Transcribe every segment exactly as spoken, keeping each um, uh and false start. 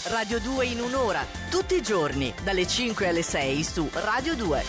Radio due in un'ora, tutti i giorni, dalle cinque alle sei su Radio due.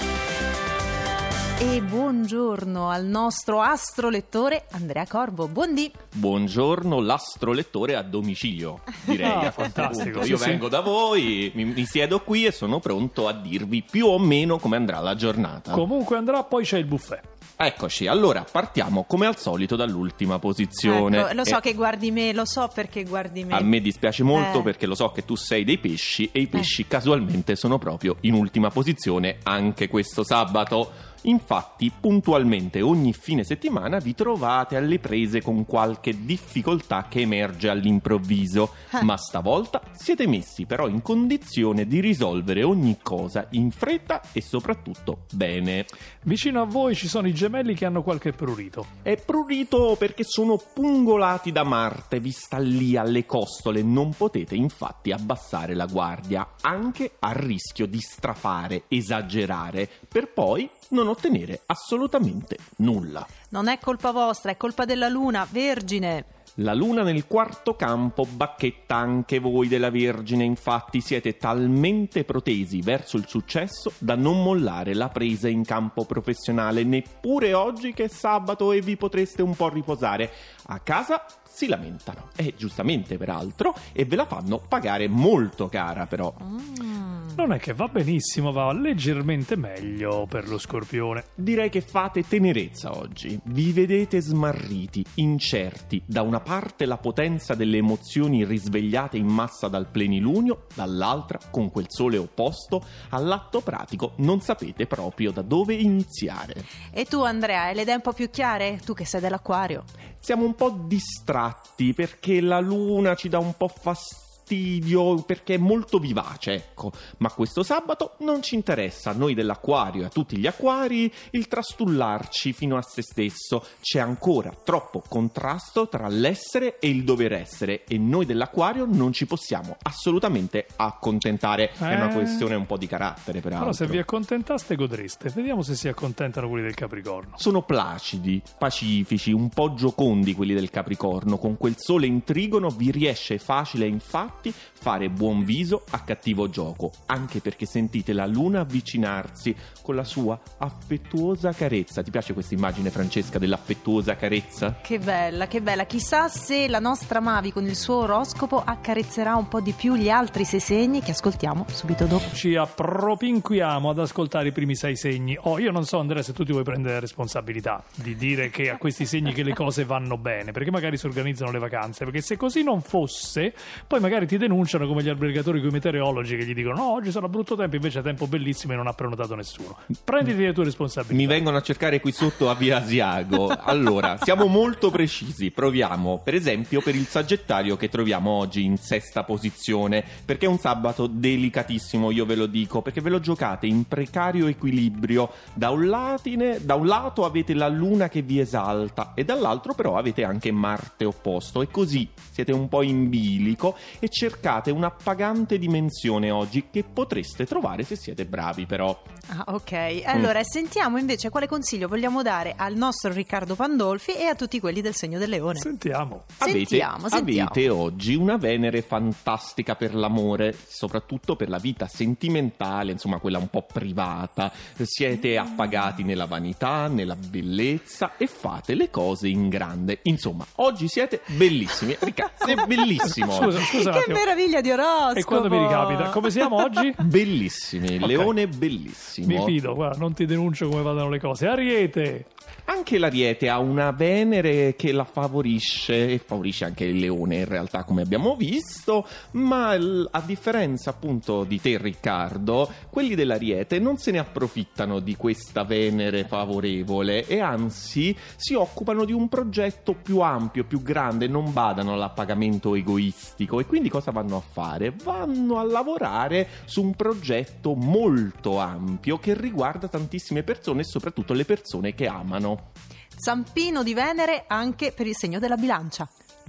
E buongiorno al nostro astrolettore Andrea Corbo. Buondì. Buongiorno, l'astrolettore a domicilio, direi. Ah, a questo fantastico. punto. Io Sì, vengo sì. da voi, mi, mi siedo qui e sono pronto a dirvi più o meno come andrà la giornata. Comunque andrà, poi c'è il buffet. Eccoci, allora partiamo come al solito dall'ultima posizione. Ecco, lo so E che guardi me, lo so perché guardi me. a me dispiace molto Eh. perché lo so che tu sei dei pesci e i pesci casualmente sono proprio in ultima posizione anche questo sabato. Infatti, puntualmente ogni fine settimana vi trovate alle prese con qualche difficoltà che emerge all'improvviso, Ah. ma stavolta siete messi però in condizione di risolvere ogni cosa in fretta e soprattutto bene. Vicino a voi ci sono i gemelli che hanno qualche prurito. È prurito perché sono pungolati da Marte, vi sta lì alle costole, non potete infatti abbassare la guardia, anche a rischio di strafare, esagerare, per poi non ottenere assolutamente nulla. Non è colpa vostra, è colpa della Luna, Vergine. La Luna nel quarto campo bacchetta anche voi della Vergine, infatti siete talmente protesi verso il successo da non mollare la presa in campo professionale neppure oggi che è sabato e vi potreste un po' riposare. A casa si lamentano, e giustamente peraltro, e ve la fanno pagare molto cara però. Non è che va benissimo, va leggermente meglio per lo Scorpione. Direi che fate tenerezza oggi, vi vedete smarriti, incerti, da una parte la potenza delle emozioni risvegliate in massa dal plenilunio, dall'altra, con quel sole opposto, all'atto pratico non sapete proprio da dove iniziare. E tu, Andrea, hai le idee un po' più chiare? Tu che sei dell'Acquario. Siamo un po' distratti perché la luna ci dà un po' fastidio, perché è molto vivace, ecco. Ma questo sabato non ci interessa, a noi dell'Acquario e a tutti gli acquari, il trastullarci fino a se stesso. C'è ancora troppo contrasto tra l'essere e il dover essere e noi dell'Acquario non ci possiamo assolutamente accontentare. È una Eh. questione un po' di carattere, peraltro. Però se vi accontentaste godreste. Vediamo se si accontentano quelli del Capricorno. Sono placidi, pacifici, un po' giocondi quelli del Capricorno. Con quel sole in trigono vi riesce facile infatti fare buon viso a cattivo gioco, anche perché sentite la luna avvicinarsi con la sua affettuosa carezza. Ti piace questa immagine, Francesca, dell'affettuosa carezza? Che bella, che bella. Chissà se la nostra Mavi con il suo oroscopo accarezzerà un po' di più gli altri sei segni che ascoltiamo subito dopo. Ci appropinquiamo ad ascoltare i primi sei segni. Oh, io non so, Andrea, se tu ti vuoi prendere la responsabilità di dire che a questi segni che le cose vanno bene, perché magari si organizzano le vacanze, perché se così non fosse, poi magari ti denunciano come gli albergatori con i meteorologi che gli dicono no, oggi sarà brutto tempo, invece è tempo bellissimo e non ha prenotato nessuno. Prenditi le tue responsabilità. Mi vengono a cercare qui sotto a Via Asiago. Allora, siamo molto precisi. Proviamo, per esempio, per il Sagittario che troviamo oggi in sesta posizione, perché è un sabato delicatissimo, io ve lo dico, perché ve lo giocate in precario equilibrio. Da un, latine, da un lato avete la luna che vi esalta e dall'altro però avete anche Marte opposto, e così siete un po' in bilico e cercate un'appagante dimensione oggi che potreste trovare se siete bravi però. Ah, ok. Allora, sentiamo invece quale consiglio vogliamo dare al nostro Riccardo Pandolfi e a tutti quelli del segno del Leone. Sentiamo. Avete, Sentiamo, sentiamo. avete oggi una Venere fantastica per l'amore, soprattutto per la vita sentimentale, insomma quella un po' privata. Siete appagati nella vanità, nella bellezza e fate le cose in grande. Insomma, oggi siete bellissimi. Riccardo, sei bellissimo. Scusa, scusa un Che attimo. meraviglia di oroscopo! E quando mi ricapita? Come siamo oggi? Bellissimi, Ok. Leone bellissimo. Mi fido, guarda, non ti denuncio come vadano le cose. Ariete! Anche l'Ariete ha una Venere che la favorisce e favorisce anche il Leone in realtà, come abbiamo visto, ma l- a differenza appunto di te, Riccardo, quelli dell'Ariete non se ne approfittano di questa Venere favorevole e anzi si occupano di un progetto più ampio, più grande, non badano all'appagamento egoistico. E quindi cosa vanno a fare? Vanno a lavorare su un progetto molto ampio che riguarda tantissime persone e soprattutto le persone che amano. Zampino di Venere anche per il segno della Bilancia.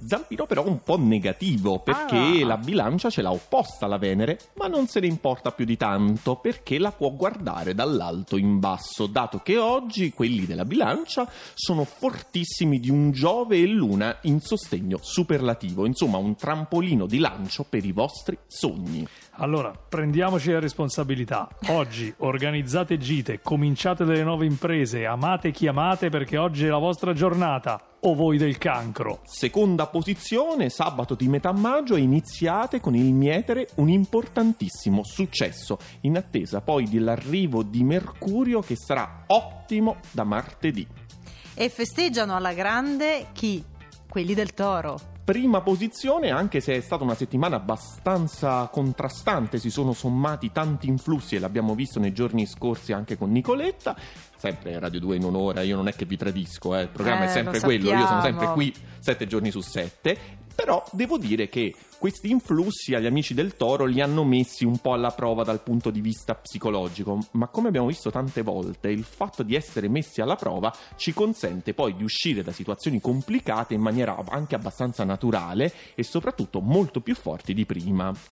Zampino però un po' negativo, perché Ah. la bilancia ce l'ha opposta alla Venere, ma non se ne importa più di tanto, perché la può guardare dall'alto in basso, dato che oggi quelli della bilancia sono fortissimi di un Giove e Luna in sostegno superlativo, insomma un trampolino di lancio per i vostri sogni. Allora, prendiamoci la responsabilità. Oggi organizzate gite, cominciate delle nuove imprese, amate chi amate perché oggi è la vostra giornata. O voi del cancro. Seconda posizione, sabato di metà maggio, e iniziate con il mietere un importantissimo successo, in attesa poi dell'arrivo di Mercurio che sarà ottimo da martedì. E festeggiano alla grande chi? Quelli del Toro. Prima posizione, anche se è stata una settimana abbastanza contrastante, si sono sommati tanti influssi e l'abbiamo visto nei giorni scorsi anche con Nicoletta, sempre Radio due in un'ora, io non è che vi tradisco, eh, il programma Eh, è sempre lo quello, io sono sempre sappiamo. qui sette giorni su sette, però devo dire che questi influssi agli amici del Toro li hanno messi un po' alla prova dal punto di vista psicologico, ma come abbiamo visto tante volte, il fatto di essere messi alla prova ci consente poi di uscire da situazioni complicate in maniera anche abbastanza naturale e soprattutto molto più forti di prima.